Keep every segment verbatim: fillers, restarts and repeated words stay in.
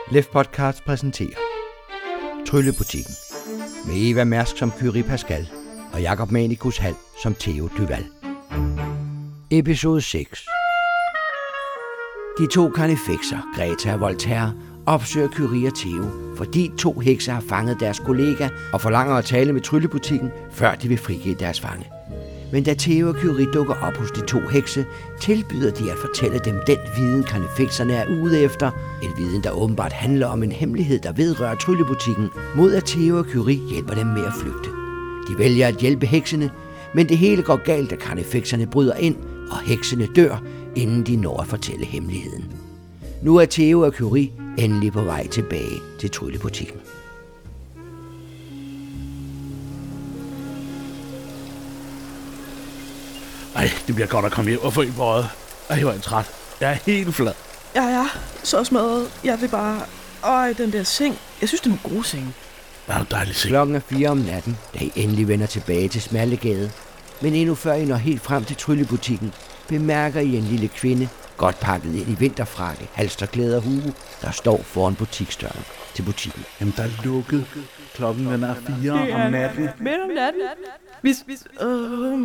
Lef Podcast præsenterer Tryllebutikken med Eva Mærsk som Kyrie Pascal og Jakob Manikus Hald som Theo Duval. Episode seks. De to karnefekser, Greta og Voltaire, opsøger Kyrie og Theo, fordi to hekse har fanget deres kollega og forlanger at tale med Tryllebutikken, før de vil frigive deres fange. Men da Theo og Kyrie dukker op hos de to hekse, tilbyder de at fortælle dem den viden, karnefekserne er ude efter. En viden, der åbenbart handler om en hemmelighed, der vedrører Tryllebutikken, mod at Theo og Kyrie hjælper dem med at flygte. De vælger at hjælpe heksene, men det hele går galt, da karnefekserne bryder ind, og heksene dør, inden de når at fortælle hemmeligheden. Nu er Theo og Kyrie endelig på vej tilbage til Tryllebutikken. Ej, det bliver godt at komme hjem og få en på øjet. Ej, hvor er jeg træt. Jeg er helt flad. Ja, ja. Så smadret. Jeg vil bare... Øj, den der seng. Jeg synes, det er en god seng. Det er jo dejligt seng. Klokken er fire om natten, da I endelig vender tilbage til Smallegade. Men endnu før I når helt frem til Tryllebutikken, bemærker I en lille kvinde, godt pakket ind i vinterfrakke, halsterklæde og hue, der står foran butiksdøren til butikken. Jamen, der er lukket. Klokken den er fire om natten. Midt om natten? Vi... vi øh...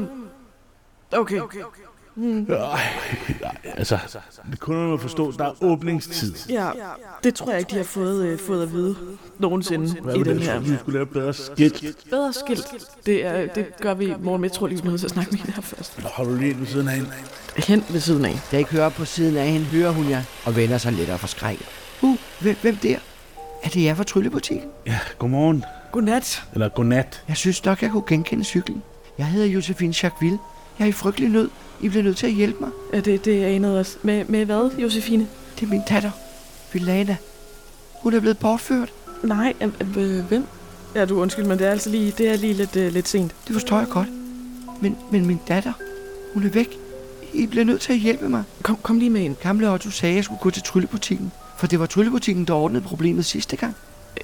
Okay. okay. Hmm. Ej, altså, det kunne man forstå, der er åbningstid. Ja, det tror jeg ikke, de har fået, øh, fået at vide nogensinde i den her. Vi skulle lave bedre skilt. Bedre skilt. Det, er, det gør vi i morgen med. Jeg tror lige, vi er nødt til at snakke med hende her først. Har du lige ved siden af hende? Hen ved siden af. Da I kører op på siden af hende, hører hun jer og vender sig lidt og forskrækket. Uh, hvem, hvem der? Er det jer fra Tryllebutikken? Ja, godmorgen. Godnat. Eller godnat. Jeg synes nok, jeg kunne genkende cyklen. Jeg hedder Josephine Jacqueville. Jeg er i frygtelig nød. I bliver nødt til at hjælpe mig. Ja, det, det er en af os. Med, med hvad, Josefine? Det er min datter, Vilana. Hun er blevet bortført. Nej, øh, øh, hvem? Ja, du undskyld, men det er altså lige, det er lige lidt, øh, lidt sent. Det forstår jeg godt. Men, men min datter, hun er væk. I bliver nødt til at hjælpe mig. Kom, kom lige med ind. Gamle Otto sagde, at jeg skulle gå til Tryllebutikken. For det var Tryllebutikken, der ordnede problemet sidste gang.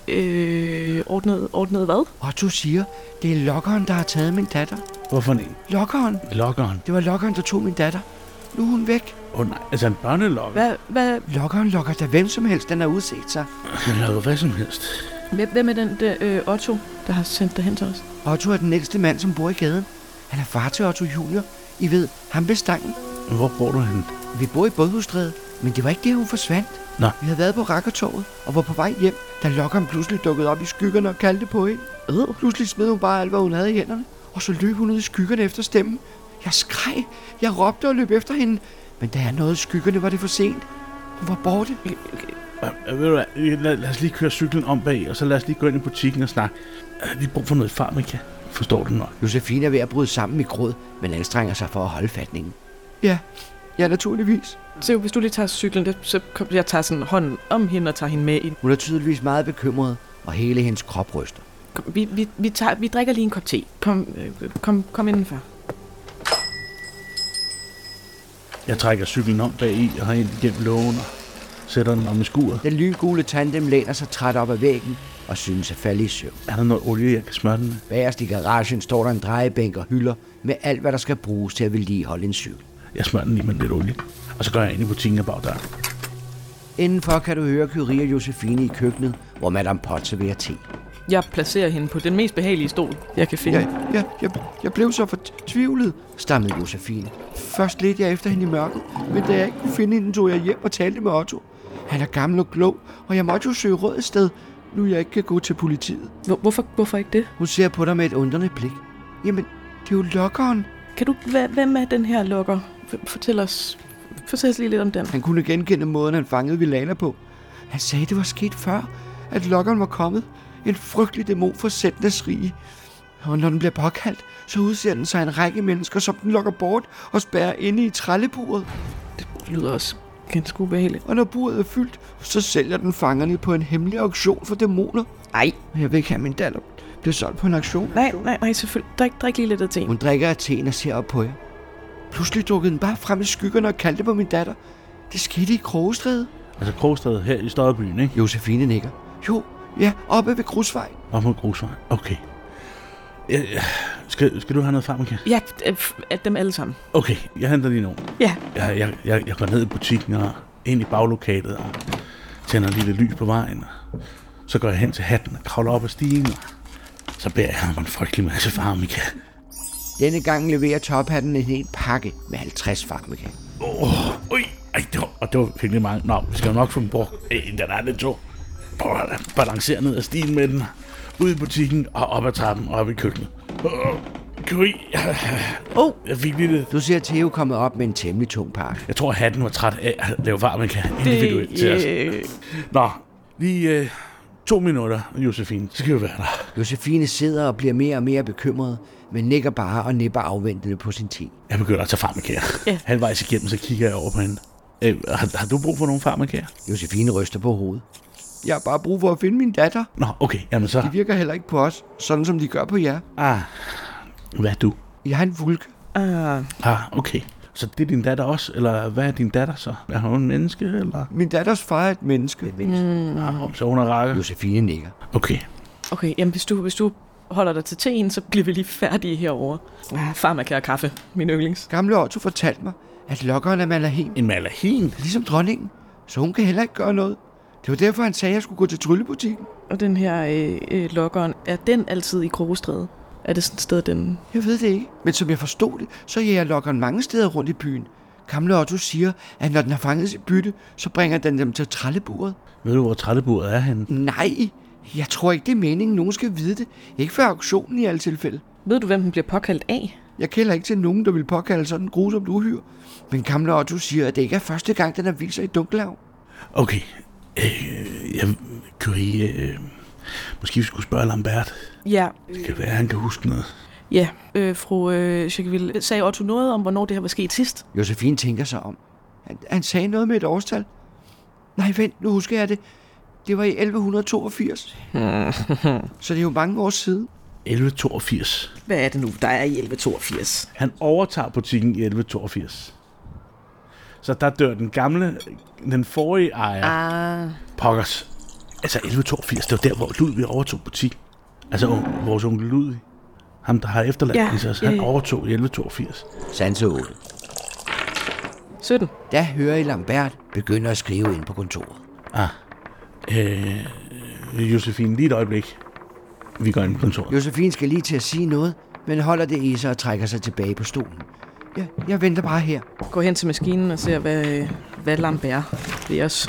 Øh, ordnet, ordnet hvad? Otto siger, det er lokkeren, der har taget min datter. Hvorfor en? Lokkeren. Lokkeren? Det var lokkeren, der tog min datter. Nu er hun væk. Åh oh, nej, altså en børnelokker? Hvad? Hvad? Lokkeren lokker da hvem som helst, den har udset sig. Den lokker hvad som helst. Hvem, hvem er den der øh, Otto, der har sendt dig hen til os? Otto er den ældste mand, som bor i gaden. Han er far til Otto Junior. I ved, ham ved stangen. Hvor bor du henne? Vi bor i Bådhusstræde, men det var ikke det, hun forsvandt. Nå. Vi havde været på Rakkertorvet og var på vej hjem, da lokkeren pludselig dukkede op i skyggerne og kaldte på hende. Øh. Pludselig smed hun bare alt, hvad hun havde i hænderne, og så løb hun ud i skyggerne efter stemmen. Jeg skreg, jeg råbte og løb efter hende, men da jeg nåede skyggerne, var det for sent. Hun var borte. Okay, okay. Ved du hvad, lad, lad os lige køre cyklen om bag, og så lad os lige gå ind i butikken og snakke. Vi har brug for noget farmika. Forstår du nok? Josefine er ved at bryde sammen i gråd, men anstrenger sig for at holde fatningen. Ja, ja naturligvis. Så hvis du lige tager cyklen, det, så kom, jeg tager sådan hånden om hende og tager hende med ind. Hun er tydeligvis meget bekymret, og hele hendes krop ryster. Kom, vi, vi, vi, tager, vi drikker lige en kop te. Kom, øh, kom, kom indenfor. Jeg trækker cyklen om bag i og har ind igennem lågen og sætter den om i skuret. Den lyngule tandem læner sig træt op ad væggen og synes at falde i søvn. Er der noget olie, jeg kan smøre den med? Bagerst i garagen står der en drejebænk og hylder med alt, hvad der skal bruges til at vedligeholde en cykel. Jeg smører den lige med lidt olie, og så går jeg ind i butikken og bagdøren. Indenfor kan du høre Kyrie og Josefine i køkkenet, hvor Madame Pot serverer te. Jeg placerer hende på den mest behagelige stol, jeg kan finde. Ja, ja, jeg, jeg blev så fortvivlet, stammede Josefine. Først ledte jeg efter hende i mørket, men da jeg ikke kunne finde hende, tog jeg hjem og talte med Otto. Han er gammel og klog, og jeg måtte jo søge råd et sted, nu jeg ikke kan gå til politiet. Hvor, hvorfor, hvorfor ikke det? Hun ser på dig med et undrende blik. Jamen, det er jo lokkeren. Kan du, hvem er den her lokker? Fortæl os, fortæl os lige lidt om den. Han kunne genkende måden, han fangede Vilana på. Han sagde, det var sket før, at lokkeren var kommet. En frygtelig dæmon for sættenes rige. Og når den bliver påkaldt, så udser den sig en række mennesker, som den lokker bort og spærrer inde i trælleburet. Det lyder også ganske ubehageligt. Og når buret er fyldt, så sælger den fangerne på en hemmelig auktion for dæmoner. Ej. Jeg vil ikke have min datter bliver solgt på en auktion. Nej, nej, nej, selvfølgelig. Drik, drik lige lidt af te. Hun drikker af teen og ser op på jer. Pludselig dukkede den bare frem i skyggerne og kaldte på min datter. Det skete i Krogestræde. Altså Krogestræde her i Støjbyen, ikke? Josefine nikker. Jo, ja, oppe ved Grusvej. Oppe ved Grusvej, okay. Ja, ja. Skal, skal du have noget farmaka? Ja, at dem alle sammen. Okay, jeg henter lige nogen. Ja. Jeg, jeg, jeg, jeg går ned i butikken og ind i baglokalet og tænder et lille lys på vejen. Så går jeg hen til hatten og kravler op ad stigen, og så beder jeg ham en frygtelig masse farmika. Denne gang leverer tophatten en hel pakke med halvtreds farmika. Åh, oh, ui, ej, det var, og det var virkelig mange. Nå, vi skal jo nok få dem brugt. Ej, den er lidt to. Prøv at balancere ned ad stigen med den. Ud i butikken og op ad trappen og op i køkkenet. Åh, Curie. Oh. Jeg fik lige det. Du ser Theo komme op med en temmelig tung pakke. Jeg tror, at hatten var træt af at lave farmika individuelt til os. Øh... Nå, lige øh, to minutter, Josefine. Så skal vi være der. Josefine sidder og bliver mere og mere bekymret, men nikker bare og nipper afventende på sin te. Jeg begynder at tage farmakager. Ja. Halvvejs igennem, så kigger jeg over på hende. Øh, har, har du brug for nogle farmakager? Josefine ryster på hovedet. Jeg har bare brug for at finde min datter. Nå, okay, jamen så. De virker heller ikke på os, sådan som de gør på jer. Ah, hvad er du? Jeg har en vulke. Uh, Ah, okay. Så det er din datter også? Eller hvad er din datter så? Er hun en menneske, eller? Min datters far er et menneske. mm, Ah, så hun er rakker? Josefine nikker. Okay. okay, jamen hvis du, hvis du holder dig til teen, så bliver vi lige færdige herovre. Ah, farmaka og kaffe, min yndlings. Gamle Otto fortalte mig, at lokkeren er malahin, En malahin? ligesom dronningen, så hun kan heller ikke gøre noget. Det var derfor, han sagde, at jeg skulle gå til tryllebutikken. Og den her øh, øh, lokkeren, er den altid i Krogestræde? Er det sådan et sted, den... Jeg ved det ikke, men som jeg forstod det, så jæger lokkeren mange steder rundt i byen. Gamle Otto siger, at når den har fanget sit bytte, så bringer den dem til trælleburet. Ved du, hvor trælleburet er henne? Nej, jeg tror ikke, det er meningen, nogen skal vide det. Ikke før auktionen i alle tilfælde. Ved du, hvem den bliver påkaldt af? Jeg kender ikke til nogen, der vil påkalde sådan en grusomt uhyre. Men gamle Otto siger, at det ikke er første gang, den har vist sig i Dunkelhav. Okay. Øh, jeg kan I, øh, måske vi skulle spørge Lambert. Ja, Det kan være, at han kan huske noget. ja. Øh, fru øh, Chakeville, sagde Otto noget om, hvornår det her var sket sidst? Josefine tænker sig om. Han, han sagde noget med et årstal. Nej, vent, nu husker jeg det. Det var i elleve toogfirs. Så det er jo mange år siden. elleve toogfirs. Hvad er det nu, der er i elleve toogfirs? Han overtager butikken i elleve toogfirs. Så der dør den gamle, den forrige ejer, Ah, pokkers. Altså elleve toogfirs, det var der, hvor Ludvig overtog butikken. Altså mm. vores onkel Ludvig. Ham, der har efterladt Ja, ja, så ja, han ja. overtog i elleve toogfirs. Sanse otte. sytten. Da hører I Lambert begynder at skrive ind på kontoret. Ah. Øh, Josefine, lige et øjeblik. Vi går ind på kontoret. Josefine skal lige til at sige noget, men holder det i sig og trækker sig tilbage på stolen. Ja, jeg venter bare her. Gå hen til maskinen og ser, hvad, hvad Lambert vil os.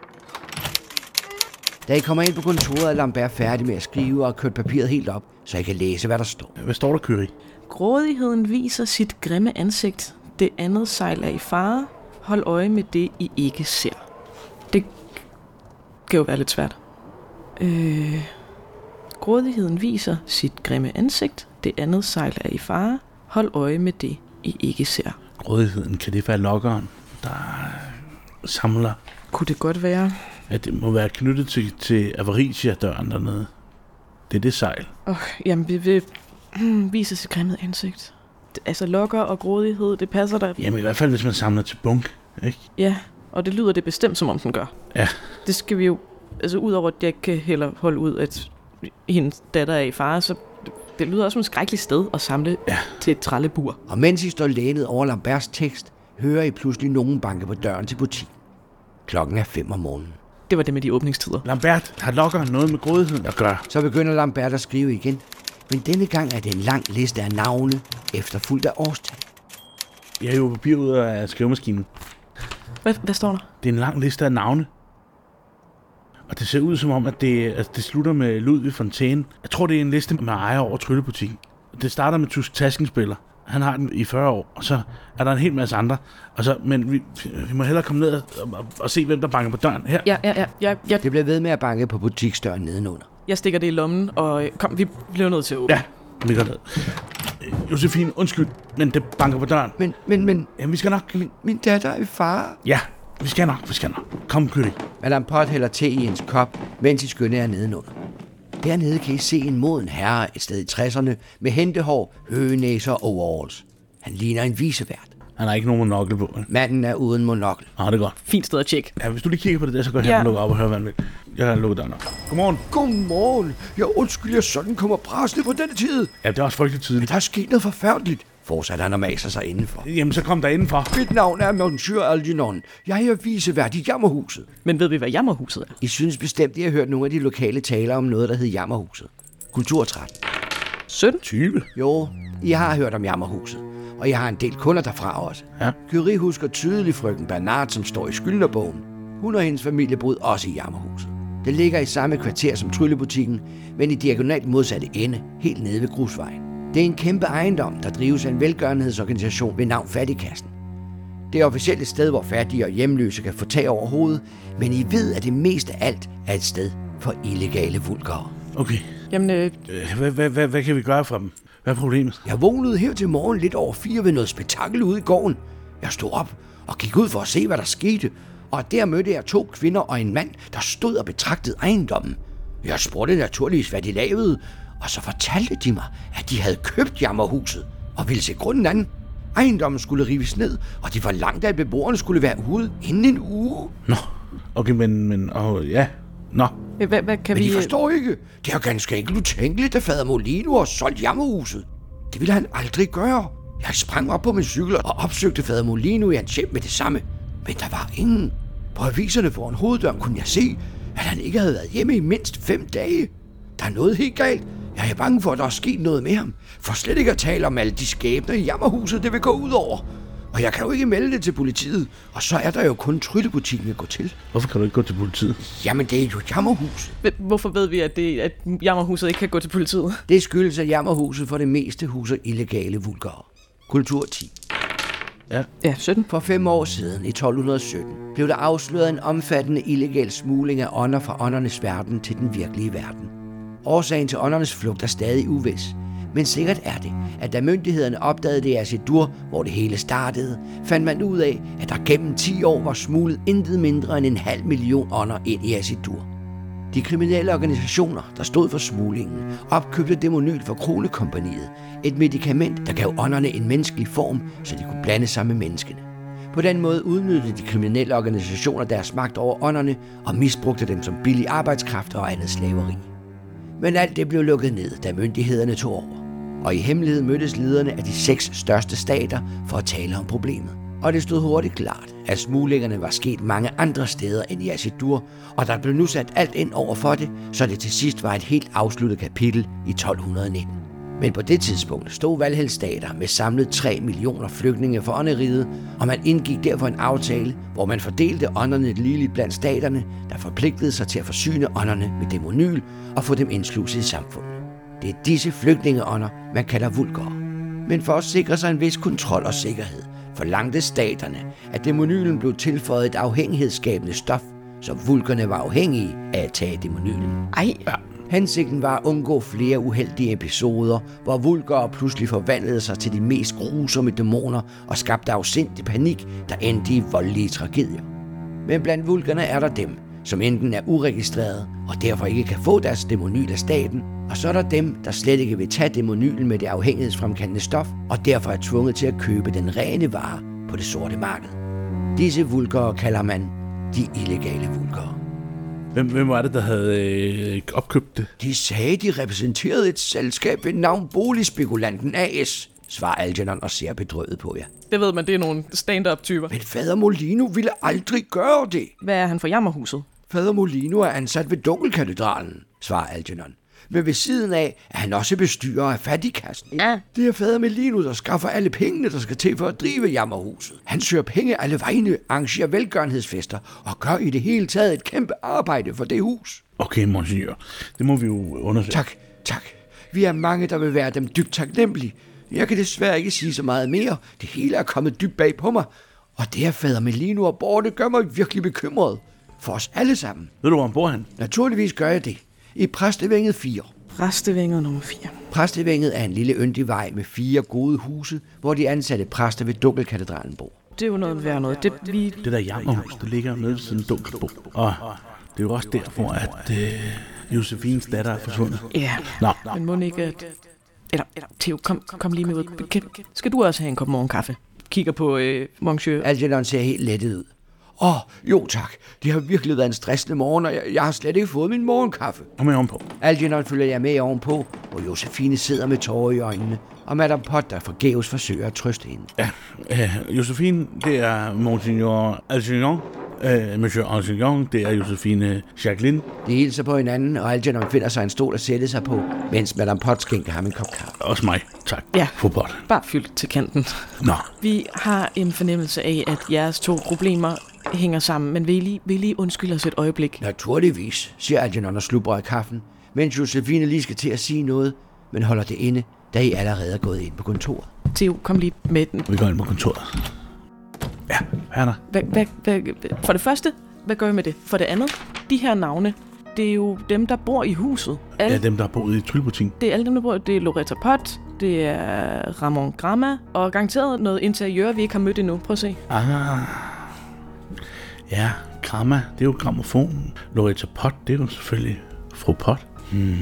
Da I kommer ind på kontoret, er Lambert færdig med at skrive og har kørt papiret helt op, så I kan læse, hvad der står. Hvad står der, Curie? Grådigheden viser sit grimme ansigt. Det andet sejl er i fare. Hold øje med det, I ikke ser. Det kan jo være lidt svært. Øh, grådigheden viser sit grimme ansigt. Det andet sejl er i fare. Hold øje med det, I ikke ser. Grådigheden, kan det være lokkeren, der samler? Kunne det godt være? At det må være knyttet til, til Avaricia-døren dernede. Det er det sejl. Oh, jamen, vi vil hmm, vise sit grimme ansigt. Det- Altså, lokker og grådighed, det passer der. Jamen i hvert fald, hvis man samler til bunk, ikke? Ja, og det lyder det bestemt, som om den gør. Ja. Det skal vi jo... Altså, udover at jeg kan heller holde ud, at hendes datter er i fare, så det lyder også som et skrækkeligt sted at samle Ja. til et trællebur. Og mens I står lænet over Lamberts tekst, hører I pludselig nogen banke på døren til butikken. Klokken er fem om morgenen. Det var det med de åbningstider. Lambert, har lokkeren noget med grådigheden at gøre? Så begynder Lambert at skrive igen. Men denne gang er det en lang liste af navne, efterfulgt af årstal. Jeg er jo papir ud af skrivemaskinen. Hvad, hvad står der? Det er en lang liste af navne. Og det ser ud som om, at det, at det slutter med Ludvig Fontaine. Jeg tror, det er en liste med ejer over tryllebutikken. Det starter med Tusk Taskenspiller. Han har den i fyrre år, og så er der en hel masse andre. Og så, men vi, vi må hellere komme ned og, og, og se, hvem der banker på døren. Her. Ja, ja, ja. Jeg, jeg, Det bliver ved med at banke på butiksdøren nedenunder. jeg stikker det i lommen, og øh, kom, vi bliver nødt til at åbne. Ja, vi går ned. Øh, Josefine, undskyld, men det banker på døren. Men, men, men, Jamen, vi skal nok. min, min datter er i fare. Ja, vi skal nok, vi skal nok. Kom, Curie. Madame Pot hælder te i hendes kop, mens I skynder jer nedenunder. Dernede kan I se en moden herre et sted i tresserne med hentehår, høgenæser og overalls. Han ligner en visevært. Han har ikke nogen monokkel på. vel? Manden er uden monokkel. Ah, det er godt. Fint sted at tjekke. Ja, hvis du lige kigger på det der, så går jeg Ja. hen og lukker op og hører, hvad han vil. Jeg har lukket døren op. Godmorgen. Godmorgen. Jeg undskylder, jeg sådan kommer brasende på denne tid. Ja, det er også frygteligt tidligt. Der er sket noget forfærdeligt. fortsatte han og maser sig indenfor. Jamen, så kom der indenfor. Mit navn er Monsieur Algernon. Jeg er vicevært i Jammerhuset. Men ved vi, hvad Jammerhuset er? I synes bestemt, jeg har hørt nogle af de lokale taler om noget, der hed Jammerhuset. Kulturtræt. sytten? tyve. Jo, I har hørt om Jammerhuset. Og jeg har en del kunder derfra også. Ja. Curie husker tydeligt frøken Bernard, som står i skyldnerbogen. Hun og hendes familie boede også i Jammerhuset. Det ligger i samme kvarter som Tryllebutikken, men i diagonalt modsatte ende, helt nede ved Grusvejen. Det er en kæmpe ejendom, der drives af en velgørenhedsorganisation ved navn Fattigkassen. Det er officielt et sted, hvor fattige og hjemløse kan få tag over hovedet, men I ved, at det mest af alt er et sted for illegale vulgare. Okay. Jamen, øh, Hvad, hvad, hvad, hvad kan vi gøre for dem? Hvad er problemet? Jeg vågnede her til morgen lidt over fire ved noget spektakel ude i gården. Jeg stod op og gik ud for at se, hvad der skete, og der mødte jeg to kvinder og en mand, der stod og betragtede ejendommen. Jeg spurgte naturligvis, hvad de lavede, og så fortalte de mig, at de havde købt Jammerhuset og ville se grunden an. Ejendommen skulle rives ned, og de forlangte, at beboerne skulle være ude inden en uge. Nå, okay, men, men åh, ja, nå. hvad, hvad kan Men vi... I forstår ikke. Det er ganske enkelt utænkeligt, at fader Molino har solgt Jammerhuset. Det ville han aldrig gøre. Jeg sprang op på min cykel og opsøgte fader Molino i hans hjem med det samme. Men der var ingen. På aviserne foran hoveddøren kunne jeg se, at han ikke havde været hjemme i mindst fem dage. Der er noget helt galt. Jeg er bange for, at der er sket noget med ham. For slet ikke at tale om alle de skæbner i Jammerhuset, det vil gå ud over. Og jeg kan jo ikke melde det til politiet. Og så er der jo kun Tryllebutikken at gå til. Hvorfor kan du ikke gå til politiet? Jamen, det er jo Jammerhuset. Hvorfor ved vi, at, det, at Jammerhuset ikke kan gå til politiet? Det skyldes, at Jammerhuset for det meste huser illegale vulgare. Kultur ti. Ja. Ja, sytten. For fem år siden, i tolv sytten, blev der afsløret en omfattende illegal smugling af ånder fra åndernes verden til den virkelige verden. Årsagen til åndernes flugt er stadig uvis, men sikkert er det, at da myndighederne opdagede det i Azidur, hvor det hele startede, fandt man ud af, at der gennem ti år var smuglet intet mindre end en halv million ånder ind i Azidur. De kriminelle organisationer, der stod for smuglingen, opkøbte Dæmonyl for Kronekompagniet, et medicament, der gav ånderne en menneskelig form, så de kunne blande sig med menneskene. På den måde udnyttede de kriminelle organisationer deres magt over ånderne og misbrugte dem som billig arbejdskraft og andet slaveri. Men alt det blev lukket ned, da myndighederne tog over. Og i hemmelighed mødtes lederne af de seks største stater for at tale om problemet. Og det stod hurtigt klart, at smuglingerne var sket mange andre steder end i Azidur, og der blev nu sat alt ind over for det, så det til sidst var et helt afsluttet kapitel i tolv nitten. Men på det tidspunkt stod Valhall-stater med samlet tre millioner flygtninge for ånderiget, og man indgik derfor en aftale, hvor man fordelte ånderne ligeligt blandt staterne, der forpligtede sig til at forsyne ånderne med dæmonyl og få dem indsluset i samfundet. Det er disse flygtningeånder, man kalder vulgare. Men for at sikre sig en vis kontrol og sikkerhed, forlangte staterne, at dæmonylen blev tilføjet et afhængighedsskabende stof, så vulgerne var afhængige af at tage dæmonylen. Ej, Ja. Hensigten var at undgå flere uheldige episoder, hvor vulgare pludselig forvandlede sig til de mest grusomme dæmoner og skabte afsindig panik, der endte i voldelige tragedier. Men blandt vulgerne er der dem, som enten er uregistrerede og derfor ikke kan få deres dæmonyl af staten, og så er der dem, der slet ikke vil tage dæmonylen med det afhængighedsfremkaldende stof, og derfor er tvunget til at købe den rene vare på det sorte marked. Disse vulgare kalder man de illegale vulgare. Hvem, hvem var det, der havde øh, opkøbt det? De sagde, de repræsenterede et selskab ved navn Boligspekulanten A S, svarer Algernon og ser bedrøvet på jer. det ved man, det er nogle stand-up-typer. Men fader Molino ville aldrig gøre det. Hvad er han for Jammerhuset? Fader Molino er ansat ved Dunkelkatedralen, svarer Algernon. Men ved siden af er han også bestyrer af Fattigkassen. Ja. Det er fader Molino, der skaffer alle pengene, der skal til for at drive Jammerhuset. Han søger penge alle vegne, arrangerer velgørenhedsfester og gør i det hele taget et kæmpe arbejde for det hus. Okay, monsieur. Det må vi jo undersøge. Tak, tak. Vi er mange, der vil være dem dybt taknemmelige. Jeg kan desværre ikke sige så meget mere. Det hele er kommet dybt bag på mig. Og det er fader Molino og borte gør mig virkelig bekymret. For os alle sammen. Ved du, hvor han bor han? Naturligvis gør jeg det. I Præstevænget fire. Præstevænget nummer fire. Præstevænget er en lille yndig vej med fire gode huse, hvor de ansatte præster ved Dunkelkatedralen bor. Det er jo noget værd noget. Det, vi... Det der Jammerhus, der ligger nede ved sådan en dunkelbo. Og det er jo også der, hvor at øh, Josefines datter er forsvundet. Ja, Nå, men må ikke at... Eller, eller Theo, kom, kom lige med ud. Kan, skal du også have en kop morgenkaffe? Kigger på øh, Monsieur. Algernon ser helt lettet ud. Åh, oh, jo tak. Det har virkelig været en stressende morgen, og jeg, jeg har slet ikke fået min morgenkaffe. Kom med ovenpå. Algernon følger jeg med ovenpå, hvor Josefine sidder med tårer i øjnene, og Madame Pot, der forgæves forsøger at trøste hende. Ja, øh, Josephine, det er Monseigneur Algernon. Øh, Monsieur Algernon, det er Josephine Jacqueline. De hilser på hinanden, og Algernon finder sig en stol at sætte sig på, mens Madame Pot skænker ham en kop kaffe. Også mig, tak. Ja. Fru Pot. Bare fyldt til kanten. Nå. Vi har en fornemmelse af, at jeres to problemer hænger sammen, men vil I lige, vil I lige undskylde os et øjeblik? Naturligvis, siger Algernon og slubrer i kaffen, mens Josefine lige skal til at sige noget, men holder det inde, da I allerede er gået ind på kontoret. Theo, kom lige med den. Vi går ind på kontoret. Ja, hvad er der? Hvad, hvad, hvad, for det første, hvad gør I med det? For det andet, de her navne, det er jo dem, der bor i huset. Alle, Ja, dem, der har boet i Tryllebutikken. det er alle dem, der bor. Det er Loretta Pot, det er Ramon Gramma, og garanteret noget interiør, vi ikke har mødt endnu. Prøv at se. Ah. Ja, Gramma, det er jo grammofonen. Loretta Pot, det er jo selvfølgelig fru Pot. Hmm.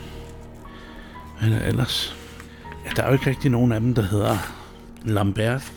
Hvad er der ellers? Ja, der er jo ikke rigtig nogen af dem, der hedder Lambert.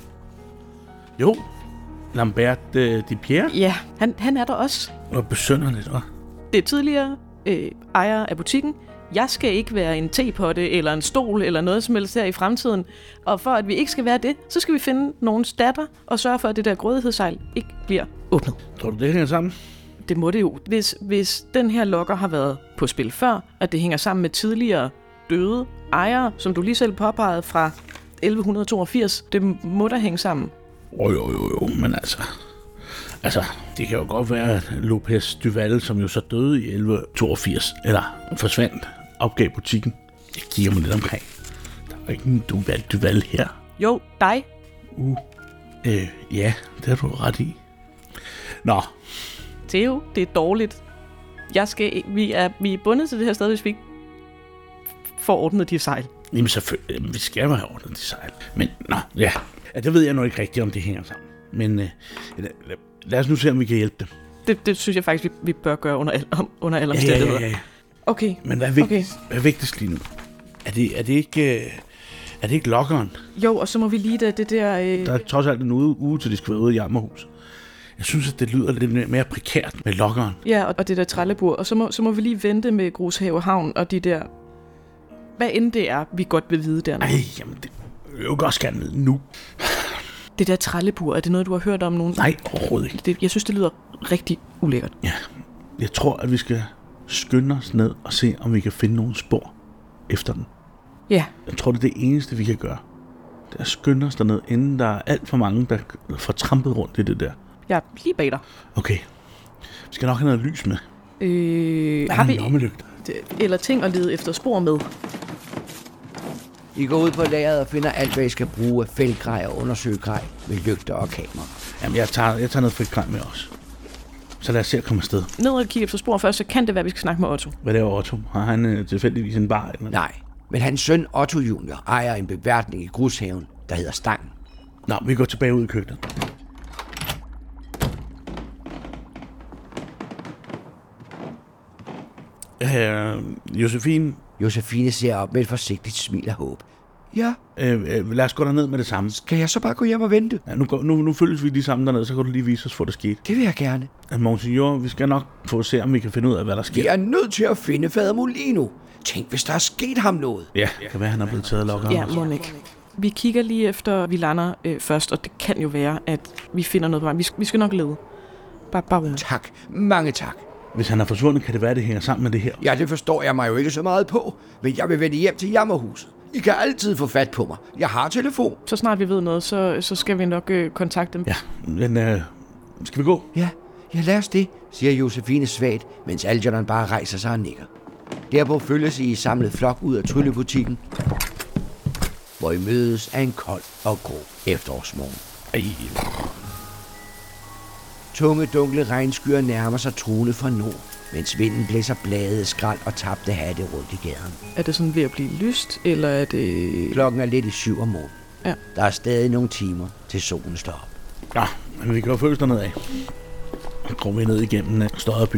Jo, Lambert øh, de Pierre. Ja, han, han er der også. Og besynderligt, hva'? Det er tidligere øh, ejer af butikken. Jeg skal ikke være en tepotte eller en stol eller noget som helst her i fremtiden. Og for at vi ikke skal være det, så skal vi finde nogens datter og sørge for, at det der grådighedssejl ikke bliver åbnet. Tror du, det hænger sammen? Det må det jo. Hvis, hvis den her lokker har været på spil før, at det hænger sammen med tidligere døde ejere, som du lige selv påpegede fra elleve toogfirs, det må da hænge sammen. Jo, jo, jo, jo, men altså... Altså, det kan jo godt være, at Lopez Duval, som jo så døde i elleve toogfirs, eller forsvandt, opgav butikken. Jeg kigger mig lidt omkring. Der er jo ikke en Duval Duval her. Jo, dig. Uh, øh, ja, det har du ret i. Nå, Theo, det er dårligt. Jeg skal, vi, er, vi er bundet til det her sted, hvis vi ikke får ordnet de sejl. jamen selvfølgelig, jamen, vi skal jo have ordnet de sejl. Men, nå, ja. ja, det ved jeg nok ikke rigtigt, om det hænger sammen. Men øh, lad, lad, lad os nu se, om vi kan hjælpe dem. Det, det synes jeg faktisk, vi, vi bør gøre under, al, om, under alle Ja, ja, omstændigheder. ja, ja. Okay. Men hvad er vigtigst, okay. hvad er vigtigst lige nu? Er det, er det ikke, øh, er det ikke lokkeren? Jo, og så må vi lige det, det der... Øh... Der er trods alt en uge, uge til de skal være ude i Jammerhus. Jeg synes, at det lyder lidt mere prekært med lokkeren. Ja, og, og det der trallebur. Og så må, så må vi lige vente med Grushave Havn og de der... Hvad end det er, vi godt vil vide dernede. Ej, jamen det vil jeg jo godt gerne vide nu. Det der trallebur, er det noget, du har hørt om nogen? Nej, overhovedet ikke. Det, jeg synes, det lyder rigtig ulækkert. Ja, jeg tror, at vi skal skynde os ned og se, om vi kan finde nogle spor efter den. Ja. Jeg tror, det er det eneste, vi kan gøre. Det er at skynde os derned, inden der er alt for mange, der får trampet rundt i det der. Jeg er lige bag dig. Okay. Vi skal nok have noget lys med. Øh, Hvad har er vi en lommelygte? eller ting at lede efter spor med? I går ud på lageret og finder alt, hvad I skal bruge af fældgrej og undersøgegrej med lygter og kamera. Jamen, jeg tager, jeg tager noget frit grej med os. Så lad os se at komme afsted. Ned og kigge efter spor først, så kan det være, at vi skal snakke med Otto. Hvad laver Otto? Har han øh, tilfældigvis en bar? Eller? Nej, men hans søn Otto junior ejer en beværtning i Grushaven, der hedder Stangen. Nå, vi går tilbage ud i køkkenet. Øh, Josefine, Josefine ser op med et forsigtigt smil af håb. Ja, øh, øh, lad os gå derned med det samme. kan jeg så bare gå hjem og vente? Ja, nu, går, nu, nu følges vi lige sammen dernede, så kan du lige vise os, hvor det skete. Det vil jeg gerne. Ja, Monsignor, vi skal nok få at se, om vi kan finde ud af, hvad der sker. Vi er nødt til at finde fader Molino. Tænk, hvis der er sket ham noget. Ja, det kan være, han er blevet taget af lokkeren. Ja, Monik. Vi kigger lige efter, vi lander øh, først, og det kan jo være, at vi finder noget på vej. Vi, vi skal nok lede. Bare, bare roligt. Tak, mange tak. Hvis han er forsvundet, kan det være, at det hænger sammen med det her. Ja, det forstår jeg mig jo ikke så meget på, men jeg vil vende hjem til Jammerhuset. I kan altid få fat på mig. Jeg har telefon. Så snart vi ved noget, så, så skal vi nok øh, kontakte dem. Ja, men øh, skal vi gå? Ja, ja, lad os det, siger Josefine svagt, mens Algernon bare rejser sig og nikker. Derpå følges I i samlet flok ud af tryllebutikken, hvor I mødes af en kold og grå efterårsmorgen. Ej. Tunge, dunkle regnskyer nærmer sig truende fra nord, mens vinden blæser blade, skrald og tabte hatte rundt i gaden. Er det sådan ved at blive lyst, eller er det... Klokken er lidt i syv om morgenen. Ja. Der er stadig nogle timer, til solen står op. Ja, men vi kan jo følge dernede af. Så går vi ned igennem Støderbyen.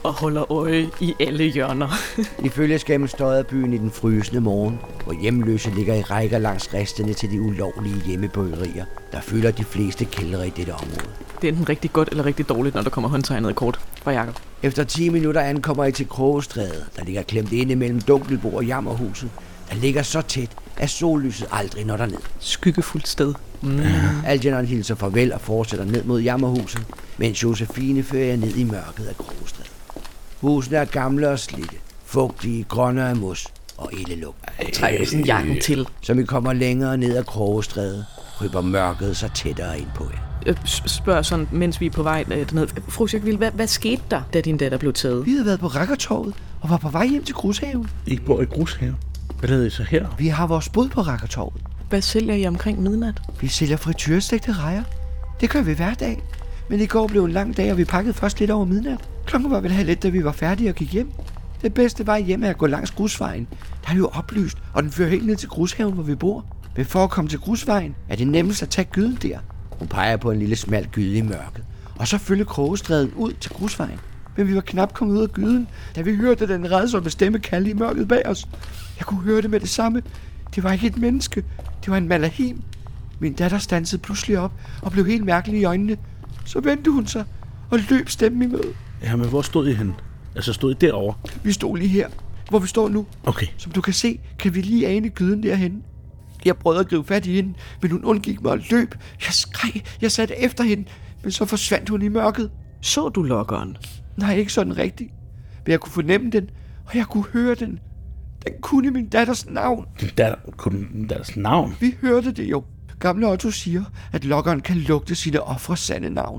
og holder øje i alle hjørner. De følges gennem Stodderbyen i den frysende morgen, hvor hjemløse ligger i rækker langs ristene til de ulovlige hjemmebyggerier, der fylder de fleste kældre i dette område. Det er enten rigtig godt eller rigtig dårligt, når der kommer håndtegnet kort fra Jakob. Efter ti minutter ankommer I til Krogestræde, der ligger klemt inde mellem Dunkelbo og Jammerhuset, der ligger så tæt, at sollyset aldrig når derned. Skyggefuldt sted. Mm. Algernon hilser farvel og fortsætter ned mod Jammerhuset, mens Josefine fører jer ned i mørket af Krogestræde. Husene er gamle og slidte, fugtige, grønne af mos og ildelugt. Trækker sådan jakken til. Som I kommer længere ned ad Krogestræde, kryber mørket så tættere ind på jer. Jeg spørger sådan, mens vi er på vej derned. Fru Sjökvist, hvad, hvad skete der, da din datter blev taget? Vi havde været på Rakkertorvet og var på vej hjem til Grushaven. I bor i Grushaven? Hvad lavede I så her? Vi har vores bod på Rakkertorvet. Hvad sælger I omkring midnat? Vi sælger frityrstegte rejer. Det gør vi hver dag. Men i går blev en lang dag, og vi pakkede først lidt over midnat. Klokken var vel halv et, da vi var færdige og gik hjem. Det bedste vej hjem er at gå langs Grusvejen. Der er jo oplyst, og den fører helt ned til Grushaven, hvor vi bor. Men for at komme til Grusvejen, er det nemmest at tage gyden der. Hun peger på en lille smal gyde i mørket. Og så følger Krogestræden ud til Grusvejen. Men vi var knap kommet ud af gyden, da vi hørte den rædsomme stemme kalde i mørket bag os. Jeg kunne høre det med det samme. Det var ikke et menneske. Det var en malahim. Min datter stansede pludselig op og blev helt mærkelig i øjnene. Så vendte hun sig og løb stemmen i møde. Jamen, hvor stod I henne? Altså, stod I derovre? Vi stod lige her, hvor vi står nu. Okay. Som du kan se, kan vi lige ane gyden derhenne. Jeg prøvede at gribe fat i hende, men hun undgik mig og løb. Jeg skreg, jeg satte efter hende, men så forsvandt hun i mørket. Så du lokkeren? Nej, ikke sådan rigtigt. Men jeg kunne fornemme den, og jeg kunne høre den. Den kunne min datters navn. Din datter kunne din datters navn? Vi hørte det jo. Gamle Otto siger, at lokkeren kan lugte sine ofres sande navn.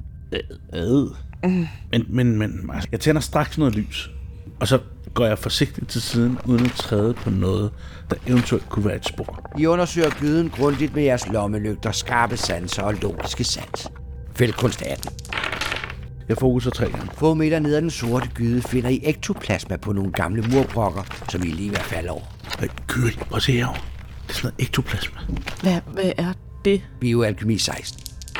Øh. Mm. Men, men, men, altså, jeg tænder straks noget lys. Og så går jeg forsigtigt til siden, uden at træde på noget, der eventuelt kunne være et spor. I undersøger gyden grundigt med jeres lommelygter, skarpe sanser og logiske sans. Fældkunst atten. Jeg fokuser tre gange. Få meter ned ad den sorte gyde finder I ektoplasma på nogle gamle murbrokker, som I lige ved at falde over. Hey, Kyrie, prøv at se herovre. Det er sådan noget ektoplasma. Hvad, hvad er det? Bioalkemi seksten.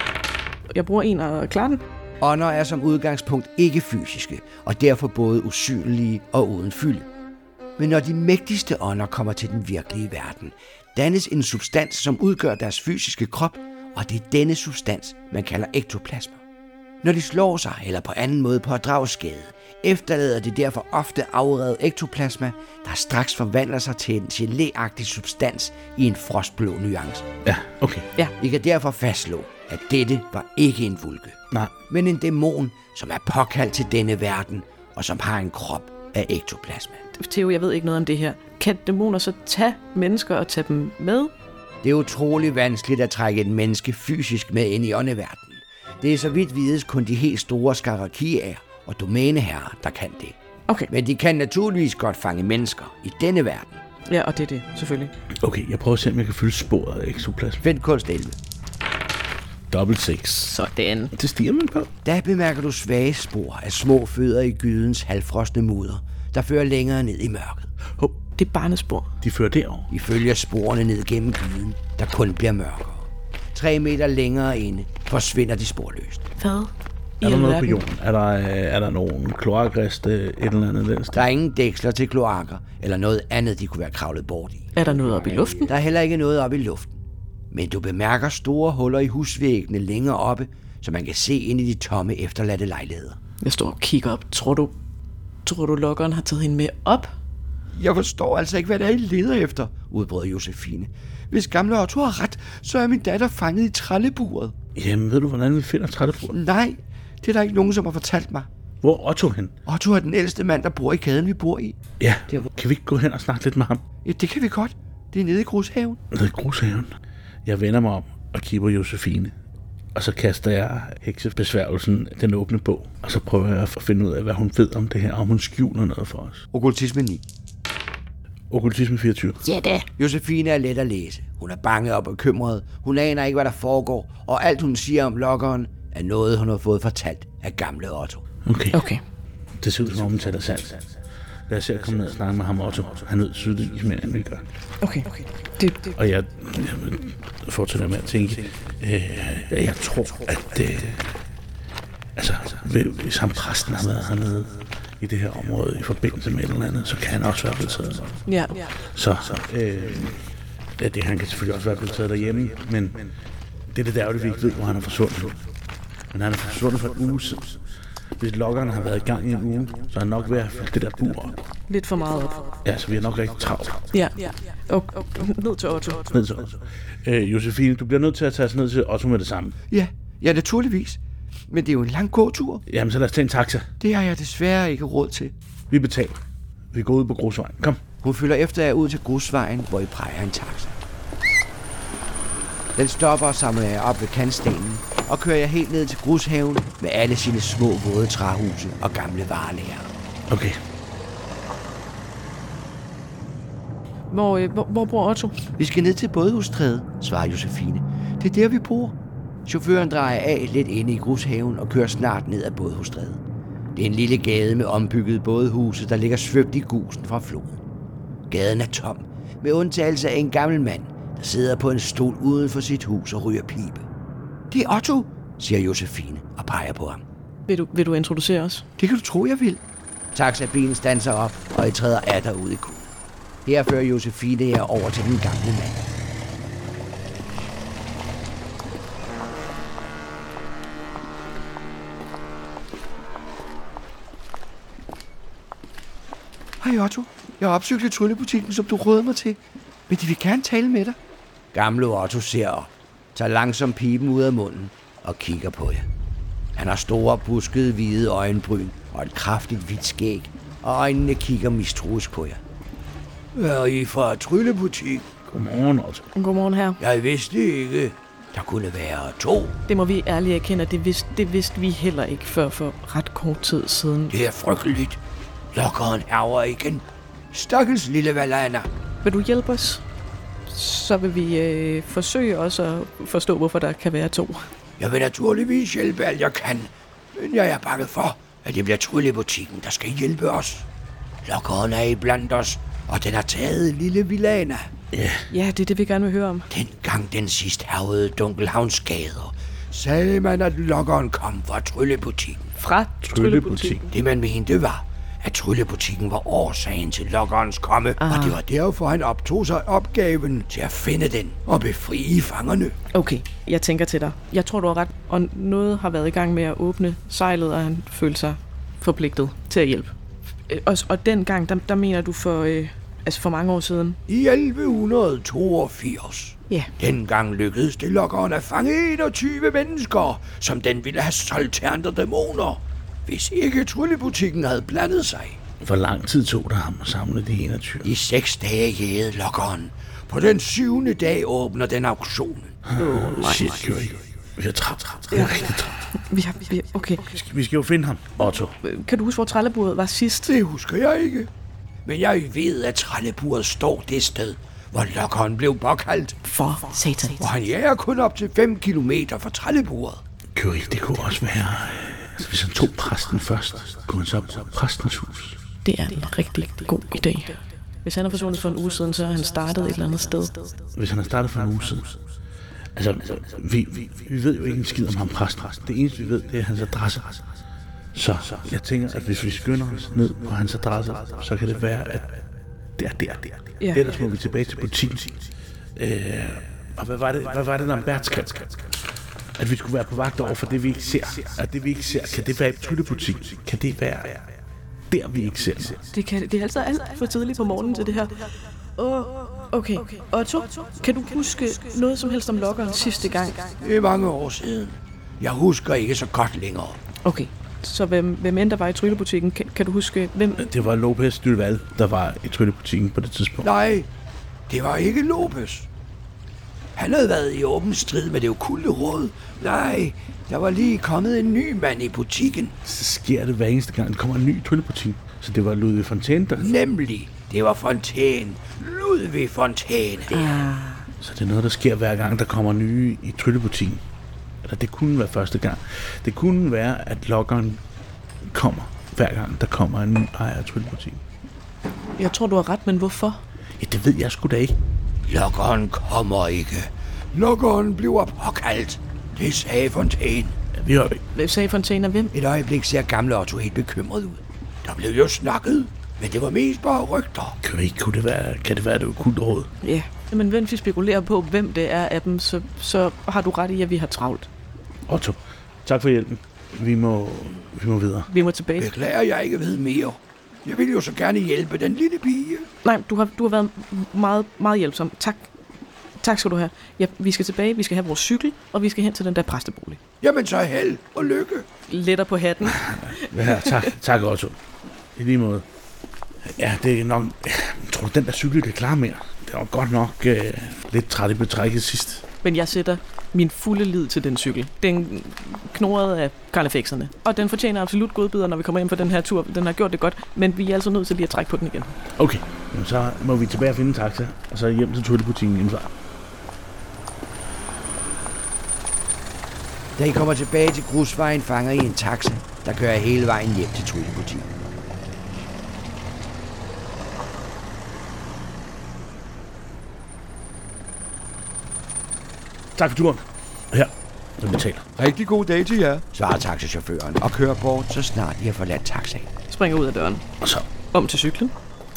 Jeg bruger en og klarer den. Ånder er som udgangspunkt ikke fysiske, og derfor både usynlige og uden fylde. Men når de mægtigste ånder kommer til den virkelige verden, dannes en substans, som udgør deres fysiske krop, og det er denne substans, man kalder ektoplasma. Når de slår sig eller på anden måde pådrager skade, efterlader de derfor ofte afrevet ektoplasma, der straks forvandler sig til en geléagtig substans i en frostblå nuance. Ja, okay. Ja. I kan derfor fastslå, at dette var ikke en vulke, Nej. men en dæmon, som er påkaldt til denne verden, og som har en krop af ektoplasma. Theo, jeg ved ikke noget om det her. Kan dæmoner så tage mennesker og tage dem med? Det er utrolig vanskeligt at trække et menneske fysisk med ind i åndeverdenen. Det er så vidt vides kun de helt store skarakier og domæneherrer, der kan det. Okay. Men de kan naturligvis godt fange mennesker i denne verden. Ja, og det er det, selvfølgelig. Okay, jeg prøver at se, om jeg kan fylde sporet af ektoplasma. Find kunst elleve. Dobbelt seks. Sådan. Det stiger man på. Der bemærker du svage spor af små fødder i gydens halvfrosne mudder, der fører længere ned i mørket. Hov, Det er barnespor. de fører derover. I følger sporene ned gennem gyden, der kun bliver mørkere. Tre meter længere inde forsvinder de sporløst. Hvad? Er der noget på jorden? Er der, øh, er der nogen kloakrest, øh, et eller andet den sted? Der er ingen dæksler til kloakker eller noget andet, de kunne være kravlet bort i. Er der noget oppe i luften? Der er heller ikke noget oppe i luften. Men du bemærker store huller i husvæggene længere oppe, så man kan se ind i de tomme efterladte lejligheder. Jeg står og kigger op. Tror du, tror du lokkeren har taget hende med op? Jeg forstår altså ikke, hvad det er, I leder efter, udbrød Josefine. Hvis gamle Otto har ret, så er min datter fanget i trælleburet. Jamen, ved du, hvordan vi finder trælleburet? Nej, det er der ikke nogen, som har fortalt mig. Hvor er Otto hen? Otto er den ældste mand, der bor i gaden, vi bor i. Ja, kan vi ikke gå hen og snakke lidt med ham? Ja, det kan vi godt. Det er nede i Grushaven. Nede i Grushaven. Jeg vender mig om og kigger Josefine. Og så kaster jeg heksebesværgelsen den åbne bog. Og så prøver jeg at finde ud af, hvad hun ved om det her, om hun skjuler noget for os. Okkultisme ni. Okkultisme fireogtyve. Ja da. Josefine er let at læse. Hun er bange og bekymret. Hun aner ikke, hvad der foregår. Og alt, hun siger om lokkeren, er noget, hun har fået fortalt af gamle Otto. Okay. Okay. Det ser ud som om, hun taler sandt. Lad os se at komme ned og snakke med ham Otto. Han ved tydeligvis mere, end vi gør. Okay. okay. Det, det. Og jeg, jeg fortsætter med at tænke, øh, jeg tror, at det... Altså, hvis ham præsten har været hernede i det her område i forbindelse med et eller andet, så kan han også være blevet taget. Ja. Så, øh, ja, det, han kan selvfølgelig også være blevet taget derhjemme, men det er det der, vi ikke ved, hvor han er forsvundet. Men han er forsvundet for en uge siden. Hvis lokkeren har været i gang i en uge, så er han nok ved at fylde det der bur op. Lidt for meget op. Ja, så vi er nok rigtig travlt. Ja, og, og ned til Otto. Ned til Otto. Øh, Josefine, du bliver nødt til at tage os ned til Otto med det samme. Ja, ja, naturligvis. Men det er jo en lang gåtur. Jamen, så lad os tage en taxa. Det har jeg desværre ikke råd til. Vi betaler. Vi går ud på grusvejen. Kom. Hun følger efter jer ud til grusvejen, hvor I præger en taxa. Den stopper og samler jer op ved kantstenen og kører jer helt ned til grushaven med alle sine små våde træhuse og gamle varelager. Okay. Hvor, øh, hvor, hvor bor Otto? Vi skal ned til Bådehustræde, svarer Josefine. Det er der, vi bor. Chaufføren drejer af lidt inde i grushaven og kører snart ned ad Bådehustræde. Det er en lille gade med ombyggede bådehuse, der ligger svøbt i gusen fra floden. Gaden er tom, med undtagelse af en gammel mand, der sidder på en stol uden for sit hus og ryger pibe. Det er Otto, siger Josefine og peger på ham. Vil du, vil du introducere os? Det kan du tro, jeg vil. Taxabilen standser op, og I træder atter ud i kulden. Her fører Josefine jer over til den gamle mand. Hej Otto, jeg har opsøgt i tryllebutikken, som du rådede mig til. Men de vil gerne tale med dig. Gamle Otto ser op, tager langsomt piben ud af munden og kigger på jer. Han har store, buskede, hvide øjenbryn og et kraftigt hvidt skæg, og øjnene kigger mistroisk på jer. Er I fra tryllebutik? Godmorgen, Otto. Godmorgen her. Jeg vidste ikke. Der kunne være to. Det må vi ærligt erkende, det vidste, det vidste vi heller ikke før for ret kort tid siden. Det er frygteligt. Lokkeren hærger igen. Stakkels lille Valander. Vil du hjælpe os? Så vil vi øh, forsøge også at forstå, hvorfor der kan være to. Jeg vil naturligvis hjælpe alt jeg kan. Men jeg er bange for, at det bliver tryllebutikken, der skal hjælpe os. Lokkeren er iblandt os, og den har taget lille Villana. Ja. Ja, det er det, vi gerne vil høre om. Dengang den sidst havede Dunkelhavns gader, sagde man, at lokkeren kom fra tryllebutikken. Fra Tryllebutikken. Det man mente var, at tryllebutikken var årsagen til lokkerens komme, Aha. og det var derfor, han optog sig opgaven til at finde den og befrie fangerne. Okay, jeg tænker til dig. Jeg tror, du har ret, og noget har været i gang med at åbne sejlet, og han følte sig forpligtet til at hjælpe. Øh, Og, og dengang, der, der mener du for, øh, altså for mange år siden? I elleve toogfirs. Ja. Dengang lykkedes det lokkeren at fange enogtyve mennesker, som den ville have solgt til andre dæmoner, hvis ikke tryllebutikken havde blandet sig. Hvor lang tid tog det ham at samle de enogtyve? I seks dage jægede lokkeren. På den syvende dag åbner den auktionen. Oh, Shit, Kørig. Vi er træt. Vi er rigtig træt. Vi har, vi, okay. Vi skal, vi skal jo finde ham, Otto. Kan du huske, hvor trællebordet var sidst? Det husker jeg ikke. Men jeg ved, at trælleburet står det sted, hvor lokkeren blev påkaldt. For satan. Og han jager kun op til fem kilometer fra trælleburet. Kørig, det kunne også være... Altså, hvis han tog præsten først, kunne han så på præstens hus. Det er en rigtig god idé. Hvis han er forsvundet for en uge siden, så har han startet et eller andet sted. Hvis han har startet for en uge siden. Altså, vi, vi, vi ved jo ikke en skid om ham præsten. Det eneste, vi ved, det er hans adresse. Så jeg tænker, at hvis vi skynder os ned på hans adresse, så kan det være, at det er der, der. Ja. Ellers må vi tilbage til butikken. Øh, og hvad var det, hvad var det, Lambert skrev? At vi skulle være på vagt over for det, vi ikke ser. At det, vi ikke ser, kan det være i tryllebutikken? Kan det være der, vi ikke ser? Det, kan, det er altså alt for tidligt på morgenen til det her. Åh, okay. Otto, kan du huske noget som helst om lokkeren sidste gang? Det er mange år siden. Jeg husker ikke så godt længere. Okay, så hvem, hvem end der var i tryllebutikken, kan, kan du huske, hvem? Det var Lopez Duval, der var i tryllebutikken på det tidspunkt. Nej, det var ikke Lopez. Han havde været i åben strid med det okulte råd. Nej, der var lige kommet en ny mand i butikken. Så sker det hver eneste gang, der kommer en ny tryllebutik. Så det var Ludvig Fontaine, der... Nemlig, det var Fontaine. Ludvig Fontaine. Ah. Så det er noget, der sker hver gang, der kommer nye i tryllebutikken. Eller det kunne være første gang. Det kunne være, at lokkeren kommer hver gang, der kommer en ny ejer af tryllebutikken. Jeg tror, du har ret, men hvorfor? Ja, det ved jeg sgu da ikke. Lokkeren kommer ikke. Lokkeren bliver påkaldt. Det sagde Fontaine. Ja, vi har ikke. Hvem sagde Fontaine af hvem? Et øjeblik ser gamle Otto helt bekymret ud. Der blev jo snakket, men det var mest bare rygter. Kan, ikke, kunne det være, kan det være, det var kun råd? Ja, men hvis vi spekulerer på, hvem det er af dem, så, så har du ret i, at vi har travlt. Otto, tak for hjælpen. Vi må, vi må videre. Vi må tilbage. Beklager, jeg ikke ved mere. Jeg vil jo så gerne hjælpe den lille pige. Nej, du har, du har været meget, meget hjælpsom. Tak. Tak skal du have. Ja, vi skal tilbage, vi skal have vores cykel, og vi skal hen til den der præstebolig. Jamen så held og lykke. Letter på hatten. Ja, tak, tak Otto. I lige måde. Ja, det er nok... Jeg tror, den der cykel kan klare mere. Det var godt nok øh, lidt træt i betrækket sidst. Men jeg sætter min fulde lid til den cykel. Den knurrede af karlefækserne. Og den fortjener absolut godbidder, når vi kommer hjem på den her tur. Den har gjort det godt, men vi er altså nødt til lige at trække på den igen. Okay, jamen, så må vi tilbage og finde en taxa, og så hjem til toiletbutikken indenfor. Da I kommer tilbage til grusvejen, fanger I en taxa, der kører hele vejen hjem til toiletbutikken. Tak for turen. Her, jeg betaler. Rigtig god dag til jer, svarer taxachaufføren og kører bort, så snart I har forladt taxaen. Springer ud af døren. Og så... Om til cyklen.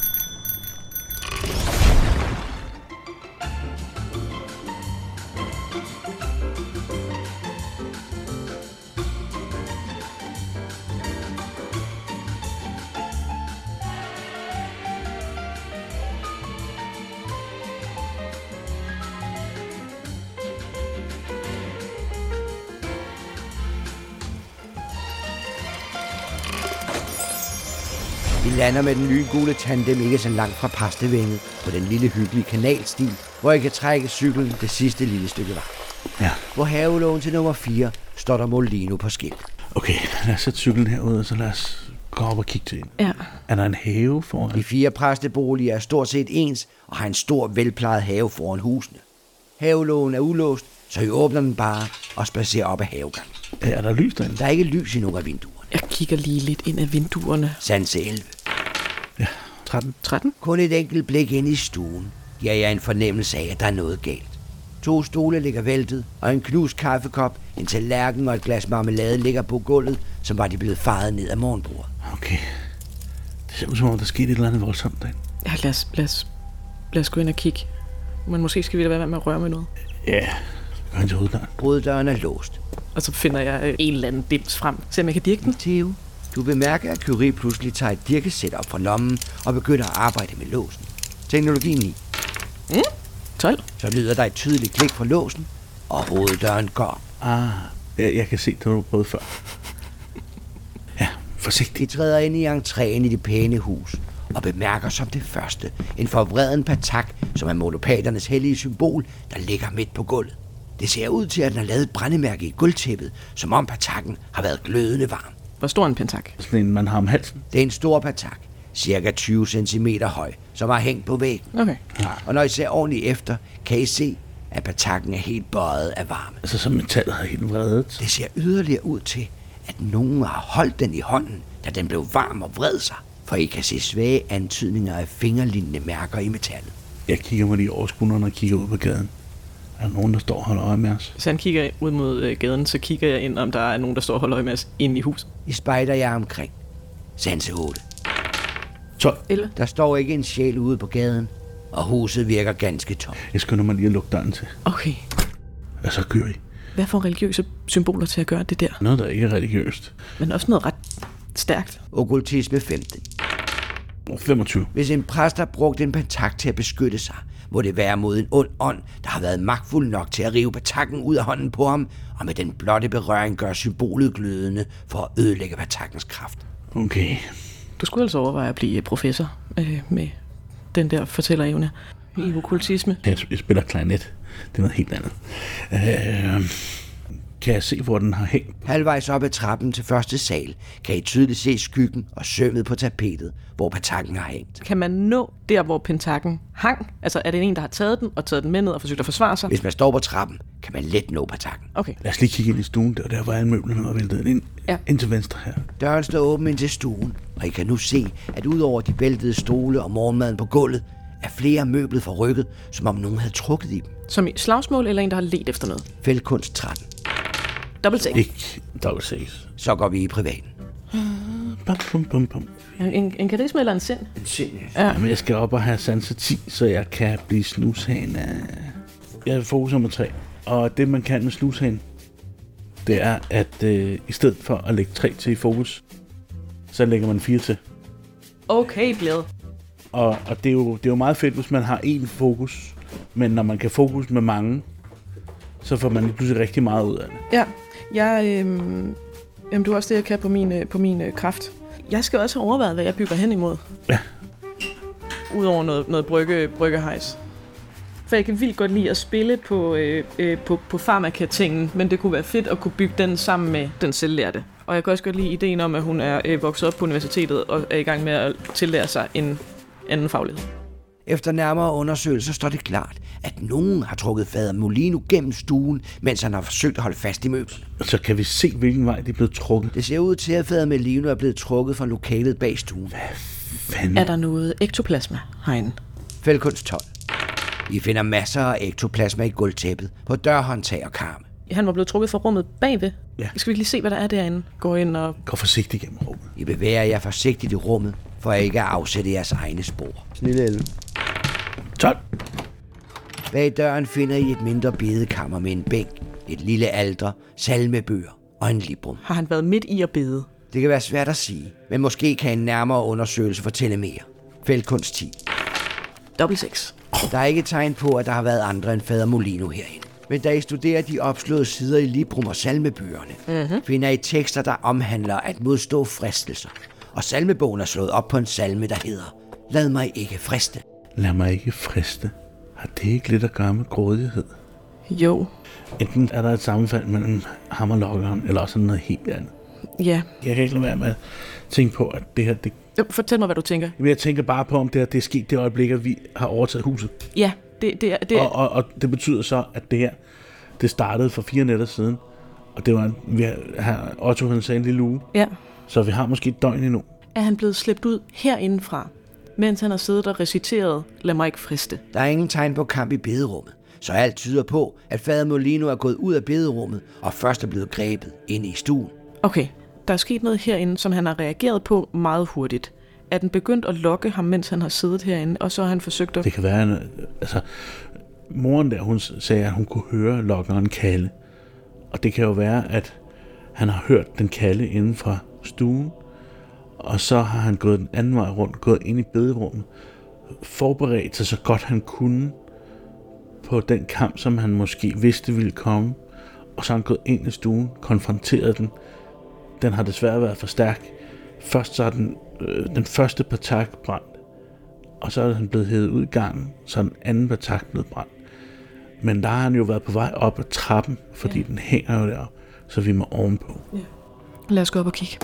I lander med den nye gule tandem ikke så langt fra præstevænget på den lille hyggelige kanalsti, hvor I kan trække cyklen det sidste lille stykke vej. Ja. Hvor havelågen til nummer fire står der Molino på skilt. Okay, lad os sætte cyklen herude, og så lad os gå op og kigge til den. Ja. Er der en have foran? De fire præsteboliger er stort set ens og har en stor velplejet have foran husene. Havelågen er ulåst, så I åbner den bare og spacerer op ad havegangen. Er der lys derinde? Der er ikke lys i nogen af vinduerne. Jeg kigger lige lidt ind af vinduerne. Sanse elleve. Ja, tretten. tretten. Kun et enkelt blik ind i stuen giver jeg en fornemmelse af, at der er noget galt. To stole ligger væltet, og en knust kaffekop, en tallerken og et glas marmelade ligger på gulvet, som var de blevet faret ned af morgenbordet. Okay. Det ser ud som om, der skete et eller andet voldsomt derinde. Ja, lad os, lad os, lad os gå ind og kigge. Men måske skal vi da være med at røre med noget. Ja, gå ind til hoveddøren. Hoveddøren er låst. Og så finder jeg en eller anden dims frem, så jeg kan dirke den. Theo, du bemærker, at Curie pludselig tager et dirkesæt op fra lommen og begynder at arbejde med låsen. Teknologi ni. Mm, tolv. Så lyder der et tydeligt klik fra låsen, og hoveddøren går. Ah, jeg, jeg kan se, det har du prøvet før. Ja, forsigtigt. I træder ind i entréen i det pæne hus, og bemærker som det første en forvreden patak, som er monopaternes hellige symbol, der ligger midt på gulvet. Det ser ud til, at den har lavet et brændemærke i gulvtæppet, som om patakken har været glødende varm. Hvor stor en pentak? Sådan en, man har om halsen. Det er en stor patak, cirka tyve centimeter høj, som har hængt på væggen. Okay. Ja. Og når I ser ordentligt efter, kan I se, at patakken er helt bøjet af varme. Altså, som metallet har helt vredet. Det ser yderligere ud til, at nogen har holdt den i hånden, da den blev varm og vred sig, for I kan se svage antydninger af fingerlignende mærker i metallet. Jeg kigger mig lige over skulderen og kigger ud på gaden. Er der nogen, der står og holder øje med os? Hvis han kigger ud mod øh, gaden, så kigger jeg ind, om der er nogen, der står og holder øje med os inde i huset. I spejder jer omkring. Sanse otte. tolv. Eller? Der står ikke en sjæl ude på gaden, og huset virker ganske tomt. Jeg skynder mig lige at lukke døren til. Okay. Hvad så gør I? Hvad får religiøse symboler til at gøre det der? Noget, der ikke er religiøst. Men også noget ret stærkt. Okkultisme femten. femogtyve. Hvis en præst har brugt en patak til at beskytte sig, må det være mod en ond ånd, der har været magtfuld nok til at rive patakken ud af hånden på ham, og med den blotte berøring gør symbolet glødende for at ødelægge patakkens kraft. Okay. Du skulle altså overveje at blive professor øh, med den der fortællerevne i okkultisme. Jeg, jeg spiller klarinet. Det er noget helt andet. Øh, kan jeg se, hvor den har hængt? Halvvejs op ad trappen til første sal kan I tydeligt se skyggen og sømmet på tapetet, hvor patakken har hængt. Kan man nå der, hvor pentakken hang? Altså er det en, der har taget den og taget den med ned og forsøgt at forsvare sig? Hvis man står på trappen, kan man let nå patakken. Okay. Lad os lige kigge ind i stuen. Det var der, hvor alle møblerne var væltet ind. Ja. Ind til venstre her. Døren står åben ind til stuen, og I kan nu se, at udover de væltede stole og morgenmaden på gulvet, er flere møblet forrykket, som om nogen havde trukket i dem. Som i slagsmål eller en, der har let efter noget? Fældkunst tretten. Dobbelt seng. Ikke dobbelt seks. Så går vi i privaten. Bum, bum, bum, bum. En, en karisma eller en sind? En sind, ja. Ja. Jamen, jeg skal op og have sanse ti, så jeg kan blive snushane. Jeg er fokus nummer tre. Og det, man kan med snushane, det er, at øh, i stedet for at lægge tre til i fokus, så lægger man fire til. Okay, Blade. Og, og det, er jo, det er jo meget fedt, hvis man har én fokus, men når man kan fokus med mange, så får man lige pludselig rigtig meget ud af det. Ja, jeg, øhm, jamen, du er også det, jeg kan på min, på min øh, kraft. Jeg skal også have overvejet, hvad jeg bygger hen imod. Ja. Udover noget, noget brygge, bryggehejs. For jeg kan vildt godt lide at spille på, øh, øh, på, på farmaka-tingen, men det kunne være fedt at kunne bygge den sammen med den selvlærte. Og jeg kan også godt lide ideen om, at hun er øh, vokset op på universitetet og er i gang med at tillære sig en anden faglighed. Efter nærmere undersøgelser står det klart, at nogen har trukket fader Molino gennem stuen, mens han har forsøgt at holde fast i møblen. Så kan vi se, hvilken vej de er blevet trukket. Det ser ud til, at fader Molino er blevet trukket fra lokalet bag stuen. Hvad fanden? Er der noget ektoplasma herinde? Fældkunst tolv. I finder masser af ektoplasma i gulvtæppet, på dørhåndtag og karme. Han var blevet trukket fra rummet bagved. Ja. Skal vi ikke lige se, hvad der er derinde? Gå ind og... Gå forsigtigt gennem rummet. I bevæger jer forsigtigt i rummet, for at ikke at afsætte jeres egne spor. Snille elleve. tolv. Bag døren finder I et mindre bedekammer med en bænk, et lille alter, salmebøger og en librum. Har han været midt i at bede? Det kan være svært at sige, men måske kan en nærmere undersøgelse fortælle mere. Fældkunst ti. Dobbelt seks. Der er ikke tegn på, at der har været andre end fader Molino herinde. Men da I studerer de opslåede sider i librum og salmebøgerne, mm-hmm. finder I tekster, der omhandler at modstå fristelser. Og salmebogen er slået op på en salme, der hedder: Lad mig ikke friste. Lad mig ikke friste. Har det ikke lidt at gøre med grådighed? Jo. Enten er der et sammenfald mellem ham og lokkeren, eller også noget helt andet. Ja. Jeg kan ikke lade være med at tænke på, at det her... Det... Fortæl mig, hvad du tænker. Jeg tænker bare på, om det her det er sket det øjeblik, at vi har overtaget huset. Ja, det, det er... Det er... Og, og, og det betyder så, at det her, det startede for fire nætter siden. Og det var, vi har, Otto han sagde en lille uge. Ja. Så vi har måske et døgn endnu. Er han blevet slæbt ud herindefra, mens han har siddet og reciteret, lad mig ikke friste? Der er ingen tegn på kamp i bederummet, så alt tyder på, at fader Molino er gået ud af bederummet og først er blevet grebet inde i stuen. Okay, der er sket noget herinde, som han har reageret på meget hurtigt. Er den begyndt at lokke ham, mens han har siddet herinde, og så har han forsøgt at... Det kan være, en, altså, moren der, hun sagde, at hun kunne høre lokkeren kalde. Og det kan jo være, at han har hørt den kalde inden fra stuen, og så har han gået den anden vej rundt, gået ind i bederummet, forberedt sig så godt han kunne på den kamp, som han måske vidste ville komme, og så har han gået ind i stuen, konfronteret den. Den har desværre været for stærk. Først så er den, øh, den første partak brændt, og så er den blevet hævet ud i gangen, så er den anden partak blevet brændt. Men der har han jo været på vej op ad trappen, fordi ja. Den hænger jo deroppe, så vi må ovenpå. Ja. Lad os gå op og kigge.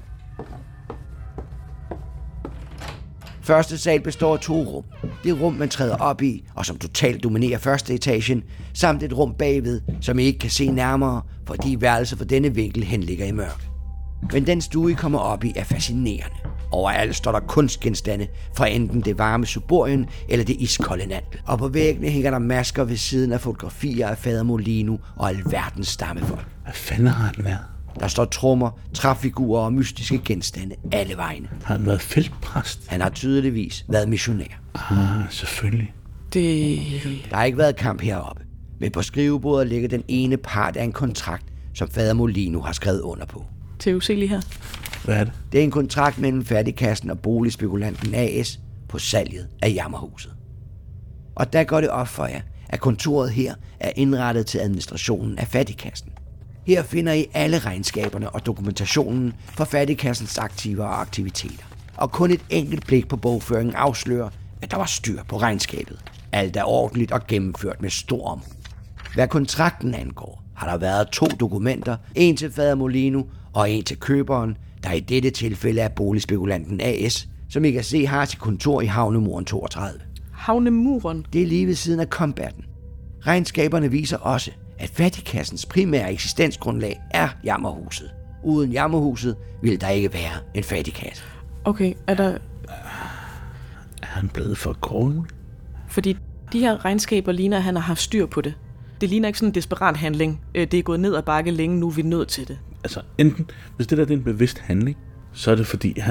Første sal består af to rum. Det rum, man træder op i, og som totalt dominerer første etagen, samt et rum bagved, som I ikke kan se nærmere, fordi værelset for denne vinkel henligger i mørk. Men den stue, I kommer op i, er fascinerende. Overalt står der kunstgenstande fra enten det varme Suburien eller det iskolde Nantel. Og på væggene hænger der masker ved siden af fotografier af fader Molino og alverdens stammefolk. Hvad fanden har han været? Der står trommer, træfigurer og mystiske genstande alle vegne. Har han været feltpræst? Han har tydeligvis været missionær. Ah, selvfølgelig. Det... Der har ikke været kamp heroppe, men på skrivebordet ligger den ene part af en kontrakt, som fader Molino har skrevet under på. Theo, se lige her. Hvad er det? Det er en kontrakt mellem Fattigkassen og Boligspekulanten A S på salget af Jammerhuset. Og der går det op for jer, at kontoret her er indrettet til administrationen af Fattigkassen. Her finder I alle regnskaberne og dokumentationen for Fattigkassens aktiver og aktiviteter. Og kun et enkelt blik på bogføringen afslører, at der var styr på regnskabet. Alt er ordentligt og gennemført med stor omhu. Hvad kontrakten angår, har der været to dokumenter, en til fader Molino og en til køberen, der i dette tilfælde er Boligspekulanten A S, som I kan se har sit kontor i Havnemuren toogtredive. Havnemuren? Det er lige ved siden af Combatten. Regnskaberne viser også, at Fattigkassens primære eksistensgrundlag er Jammerhuset. Uden Jammerhuset ville der ikke være en Fattigkasse. Okay, er der... Er han blevet for grov? Fordi de her regnskaber ligner, at han har haft styr på det. Det ligner ikke sådan en desperat handling. Det er gået ned ad bakke længe, nu er vi nødt til det. Altså, enten, hvis det der det er en bevidst handling, så er det fordi, han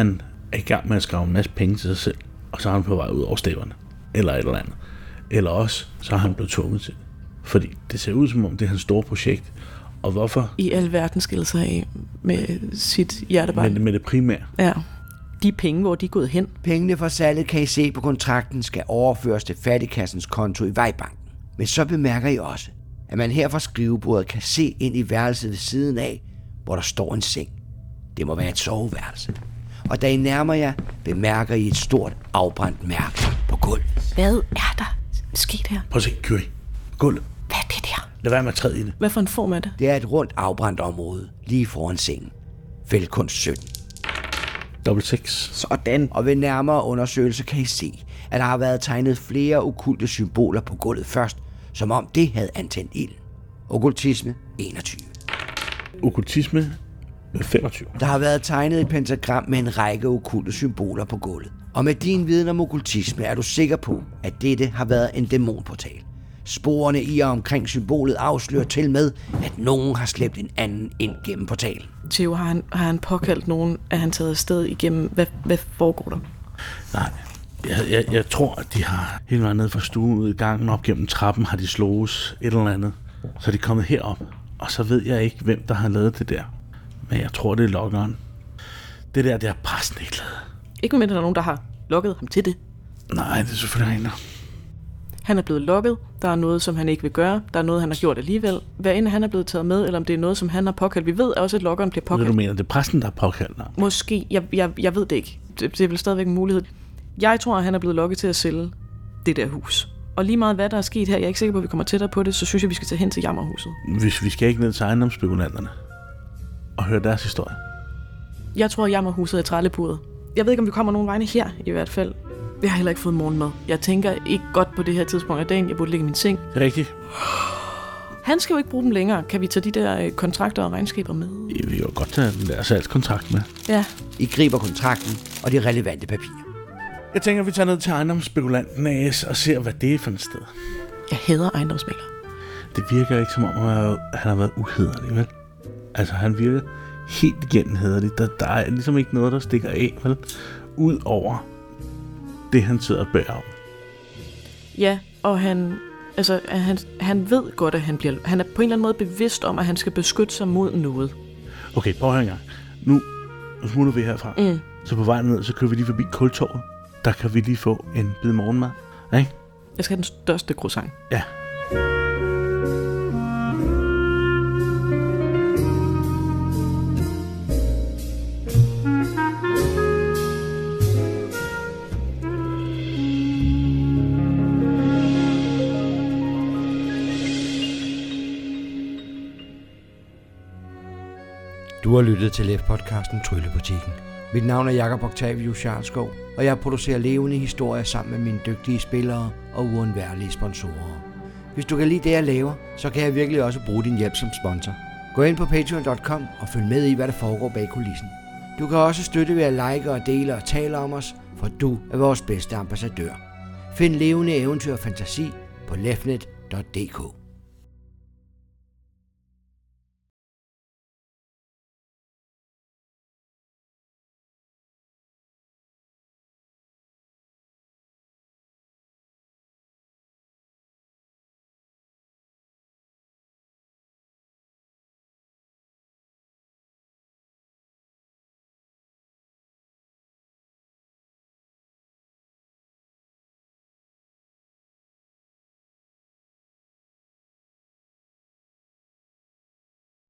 er i gang med at skrave en masse penge til sig selv, og så er han på vej ud over stæverne, eller et eller andet. Eller også, så er han blevet tvunget til det. Fordi det ser ud som om, det er hans store projekt. Og hvorfor? I alverden skiller sig af med sit hjertebarn. Med, med det primære. Ja. De penge, hvor de er gået hen. Pengene fra salget, kan I se på kontrakten, skal overføres til Fattigkassens konto i Vejbanken. Men så bemærker I også, at man her fra skrivebordet kan se ind i værelset ved siden af, hvor der står en seng. Det må være et soveværelse. Og da I nærmer jer, bemærker I et stort afbrændt mærke på gulvet. Hvad er der sket her? Prøv at se, Kyrie. Gulvet. Hvad er det der? Lad være med at træde i det. Hvad for en form er det? Det er et rundt afbrændt område, lige foran sengen. Fældkunst sytten. Dobbelt seks. Sådan. Og ved nærmere undersøgelse kan I se, at der har været tegnet flere okkulte symboler på gulvet først, som om det havde antændt ild. Okkultisme enogtyve. Okkultisme femogtyve. Der har været tegnet et pentagram med en række okkulte symboler på gulvet. Og med din viden om okkultisme er du sikker på, at dette har været en dæmonportal. Sporene i og omkring symbolet afslører til med, at nogen har slæbt en anden ind gennem portalen. Theo, har han, har han påkaldt nogen, at han taget afsted igennem? Hvad, hvad foregår der? Nej, jeg, jeg, jeg tror, at de har hele vejen ned fra stuen ud i gangen, op gennem trappen har de slået et eller andet. Så er de kommet herop, og så ved jeg ikke, hvem der har lavet det der. Men jeg tror, det er lokkeren. Det der, det er præsten ikke lavet. Ikke mindre, der er nogen, der har lukket ham til det. Nej, det er selvfølgelig ikke. Han er blevet lukket. Der er noget, som han ikke vil gøre. Der er noget, han har gjort alligevel. Hvad end han er blevet taget med, eller om det er noget, som han har påkaldt. Vi ved også, at lokkeren bliver påkaldt. Hvad du mener, det er præsten, der har påkaldt? Nej. Måske. Jeg, jeg, jeg ved det ikke. Det, det er vel stadigvæk en mulighed. Jeg tror, at han er blevet lukket til at sælge det der hus. Og lige meget, hvad der er sket her, jeg er ikke sikker på, at vi kommer tættere på det, så synes jeg, vi skal tage hen til Jammerhuset. Hvis vi skal ikke ned til ejendomsspekulanterne og høre deres historie. Jeg tror, at Jammerhuset er trællepuret. Jeg ved ikke, om vi kommer nogen vegne her, i hvert fald. Jeg har heller ikke fået morgenmad. Jeg tænker ikke godt på det her tidspunkt af dagen. Jeg burde ligge i min seng. Det er rigtigt. Han skal jo ikke bruge dem længere. Kan vi tage de der kontrakter og regnskaber med? Ja, vi kan jo godt tage den der salgskontrakt med. Ja. I griber kontrakten og de relevante papirer. Jeg tænker, vi tager ned til ejendomsspekulanten A S og ser, hvad det er for et sted. Jeg hader ejendomsmæglere. Det virker ikke som om, at han har været uhederlig, vel? Altså, han virker helt igennem hederlig. Der, der er ligesom ikke noget, der stikker af, vel? Udover det, han sidder bag om. Ja, og han, altså, han, han ved godt, at han bliver... Han er på en eller anden måde bevidst om, at han skal beskytte sig mod noget. Okay, prøv at høre en gang. Nu, nu smutter vi herfra. Mm. Så på vejen ned, så kører vi lige forbi Kultorvet. Der kan vi lige få en bid morgenmad. Ikke? Jeg skal have den største croissant. Ja. Du har lyttet til Lef-podcasten Tryllebutikken. Mit navn er Jakob Octavius Scharlskov, og jeg producerer levende historier sammen med mine dygtige spillere og uundværlige sponsorer. Hvis du kan lide det, jeg laver, så kan jeg virkelig også bruge din hjælp som sponsor. Gå ind på patreon punktum com og følg med i, hvad der foregår bag kulissen. Du kan også støtte ved at like og dele og tale om os, for du er vores bedste ambassadør. Find levende eventyr og fantasi på lefnet punktum d k.